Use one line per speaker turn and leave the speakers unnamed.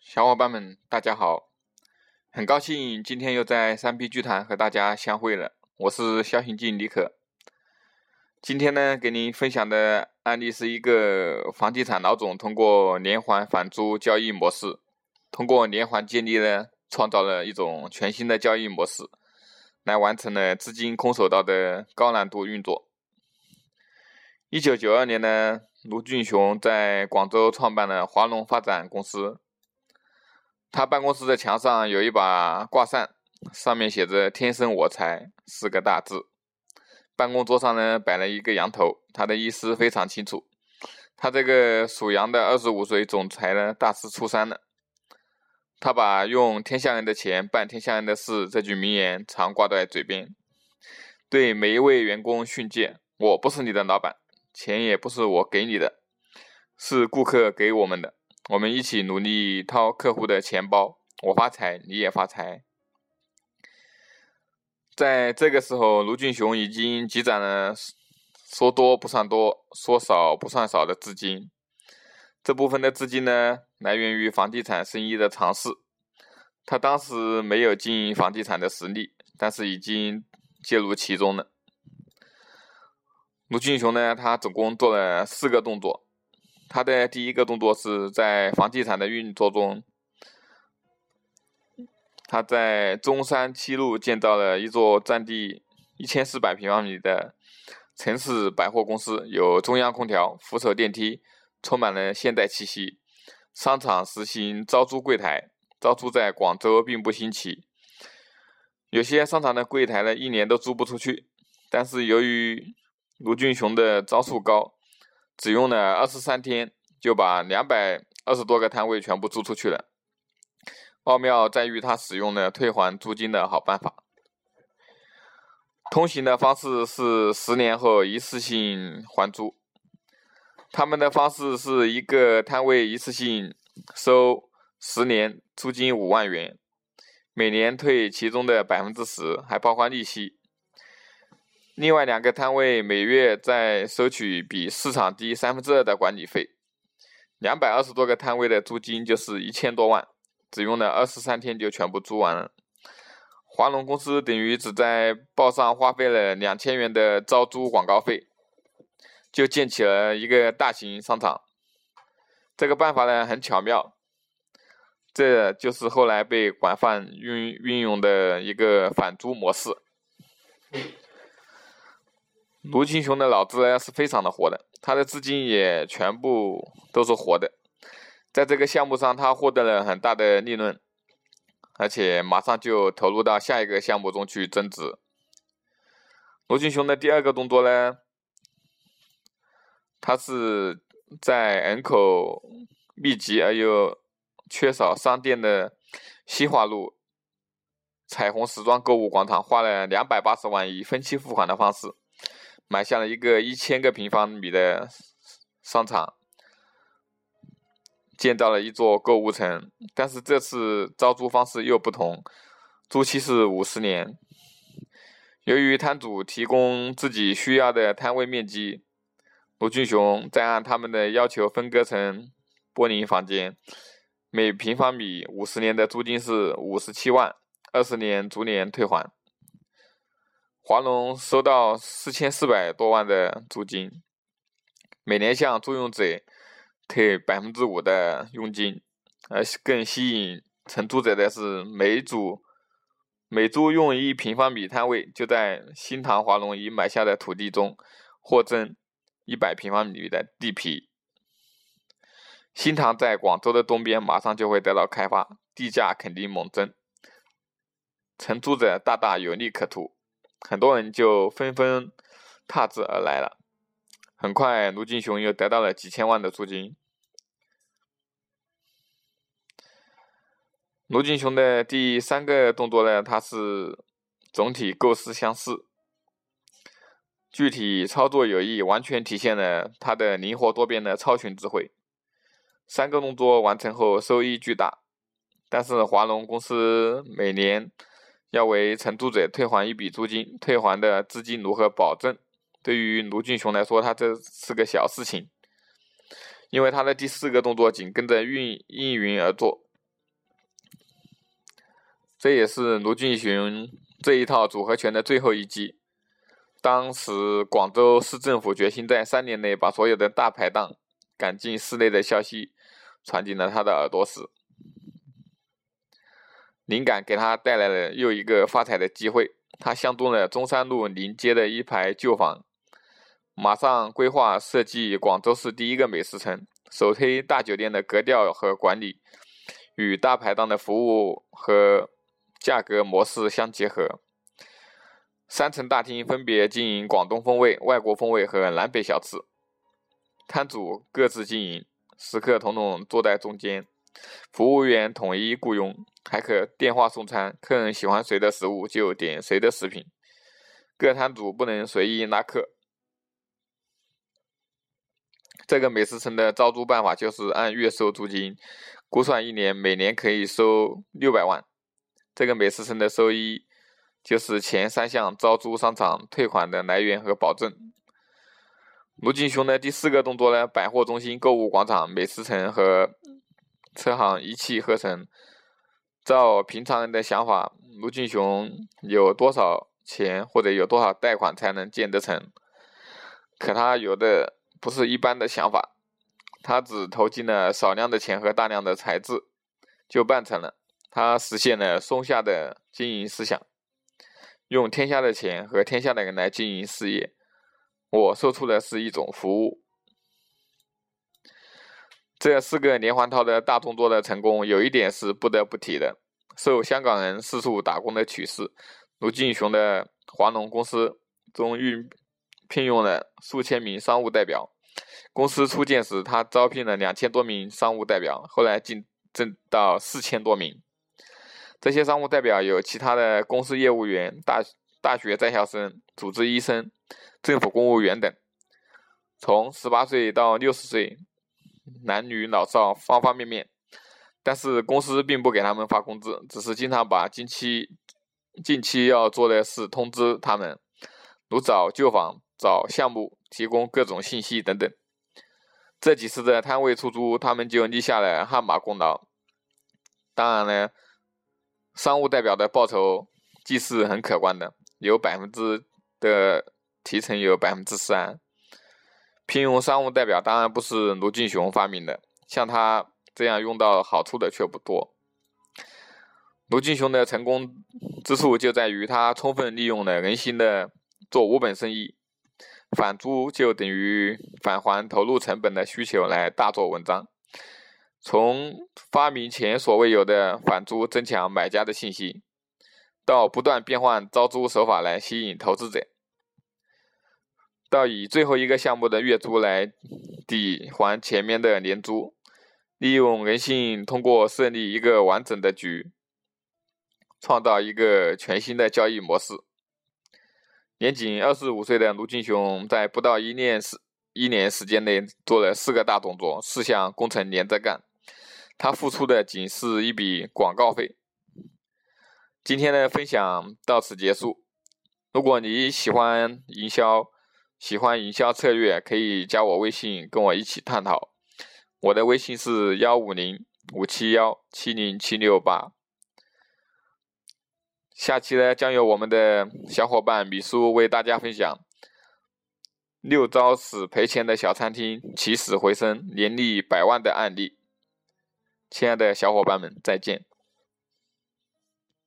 小伙伴们，大家好！很高兴今天又在3P 剧团和大家相会了，我是肖行进李可。今天呢，给您分享的案例是一个房地产老总通过连环反租交易模式，通过连环建立呢，创造了一种全新的交易模式，来完成了资金空手道的高难度运作。1992年呢，卢俊雄在广州创办了华龙发展公司。他办公室的墙上有一把挂扇，上面写着天生我材4个大字。办公桌上呢摆了一个羊头，他的意思非常清楚，他这个属羊的25岁总裁呢大师出山了。他把用天下人的钱办天下人的事这句名言常挂在嘴边，对每一位员工训诫：我不是你的老板，钱也不是我给你的，是顾客给我们的，我们一起努力掏客户的钱包，我发财你也发财。在这个时候，卢俊雄已经积攒了说多不算多，说少不算少的资金。这部分的资金呢，来源于房地产生意的尝试。他当时没有经营房地产的实力，但是已经介入其中了。卢俊雄呢，他总共做了4个动作。他的第一个动作是在房地产的运作中，他在中山七路建造了一座占地1400平方米的城市百货公司，有中央空调、扶手电梯，充满了现代气息。商场实行招租柜台，招租在广州并不新奇，有些商场的柜台呢1年都租不出去，但是由于卢俊雄的招数高，只用了23天就把220多个摊位全部租出去了。奥妙在于他使用了退还租金的好办法。通行的方式是10年后一次性还租，他们的方式是一个摊位一次性收10年，租金5万元，每年退其中的 10%， 还包括利息。另外2个摊位每月再收取比市场低2/3的管理费，220多个摊位的租金就是1000多万，只用了23天就全部租完了。华龙公司等于只在报上花费了2000元的招租广告费，就建起了一个大型商场。这个办法呢很巧妙，这就是后来被广泛运用的一个反租模式。卢俊雄的脑子呢是非常的活的，他的资金也全部都是活的。在这个项目上他获得了很大的利润，而且马上就投入到下一个项目中去增值。卢俊雄的第2个动作呢，他是在人口密集而又缺少商店的西华路彩虹时装购物广场花了280万以分期付款的方式买下了一个1000个平方米的商场，建造了一座购物城。但是这次招租方式又不同，租期是50年。由于摊主提供自己需要的摊位面积，卢俊雄再按他们的要求分割成玻璃房间，每平方米50年的租金是57万，20年逐年退还。华龙收到4400多万的租金，每年向租用者退 5% 的佣金，而更吸引承租者的是每租用1平方米摊位，就在新塘华龙已买下的土地中获赠100平方米的地皮。新塘在广州的东边，马上就会得到开发，地价肯定猛增，承租者大大有利可图，很多人就纷纷踏之而来了。很快卢俊雄又得到了几千万的租金。卢俊雄的第3个动作呢，他是总体构思相似，具体操作有益，完全体现了他的灵活多变的超群智慧。3个动作完成后收益巨大，但是华龙公司每年要为承租者退还一笔租金，退还的资金如何保证？对于卢俊雄来说，他这是个小事情，因为他的第4个动作紧跟着应运而作。 这也是卢俊雄这一套组合拳的最后一击。当时广州市政府决心在3年内把所有的大排档赶进市内的消息传进了他的耳朵时，灵感给他带来了又一个发财的机会。他相中了中山路临街的一排旧房，马上规划设计广州市第一个美食城，首推大酒店的格调和管理与大排档的服务和价格模式相结合。3层大厅分别经营广东风味、外国风味和南北小吃，摊主各自经营，食客统统坐在中间，服务员统一雇佣，还可电话送餐，客人喜欢谁的食物就点谁的食品，各摊主不能随意拉客。这个美食城的招租办法就是按月收租金，估算1年每年可以收600万。这个美食城的收益就是前3项招租商场退款的来源和保证。卢俊雄的第4个动作呢，百货中心、购物广场、美食城和车行一气呵成。照平常人的想法，卢俊雄有多少钱或者有多少贷款才能建得成？可他有的不是一般的想法，他只投进了少量的钱和大量的财智就办成了。他实现了松下的经营思想，用天下的钱和天下的人来经营事业，我售出的是一种服务。这4个连环套的大动作的成功，有一点是不得不提的。受香港人四处打工的趋势，卢俊雄的华农公司中聘用了数千名商务代表。公司初建时，他招聘了2000多名商务代表，后来晋增到4000多名。这些商务代表有其他的公司业务员、大学在校生、主治医生、政府公务员等，从18岁到60岁，男女老少方方面面。但是公司并不给他们发工资，只是经常把近期要做的事通知他们，如找旧房、找项目、提供各种信息等等。这几次的摊位出租，他们就立下了汗马功劳。当然呢，商务代表的报酬既是很可观的，有的提成有3%。聘用商务代表当然不是卢俊雄发明的，像他这样用到好处的却不多。卢俊雄的成功之处就在于他充分利用了人心的做无本生意，返租就等于返还投入成本的需求来大做文章，从发明前所未有的返租增强买家的信心，到不断变换招租手法来吸引投资者，到以最后一个项目的月租来抵还前面的年租，利用人性通过设立一个完整的局，创造一个全新的交易模式。年仅25岁的卢俊雄在不到1年时间内做了4个大动作，4项工程连着干，他付出的仅是一笔广告费。今天的分享到此结束。如果你喜欢营销策略，可以加我微信跟我一起探讨。我的微信是150-571-70768。下期呢，将由我们的小伙伴米叔为大家分享6招使赔钱的小餐厅起死回生、年利100万的案例。亲爱的小伙伴们，再见。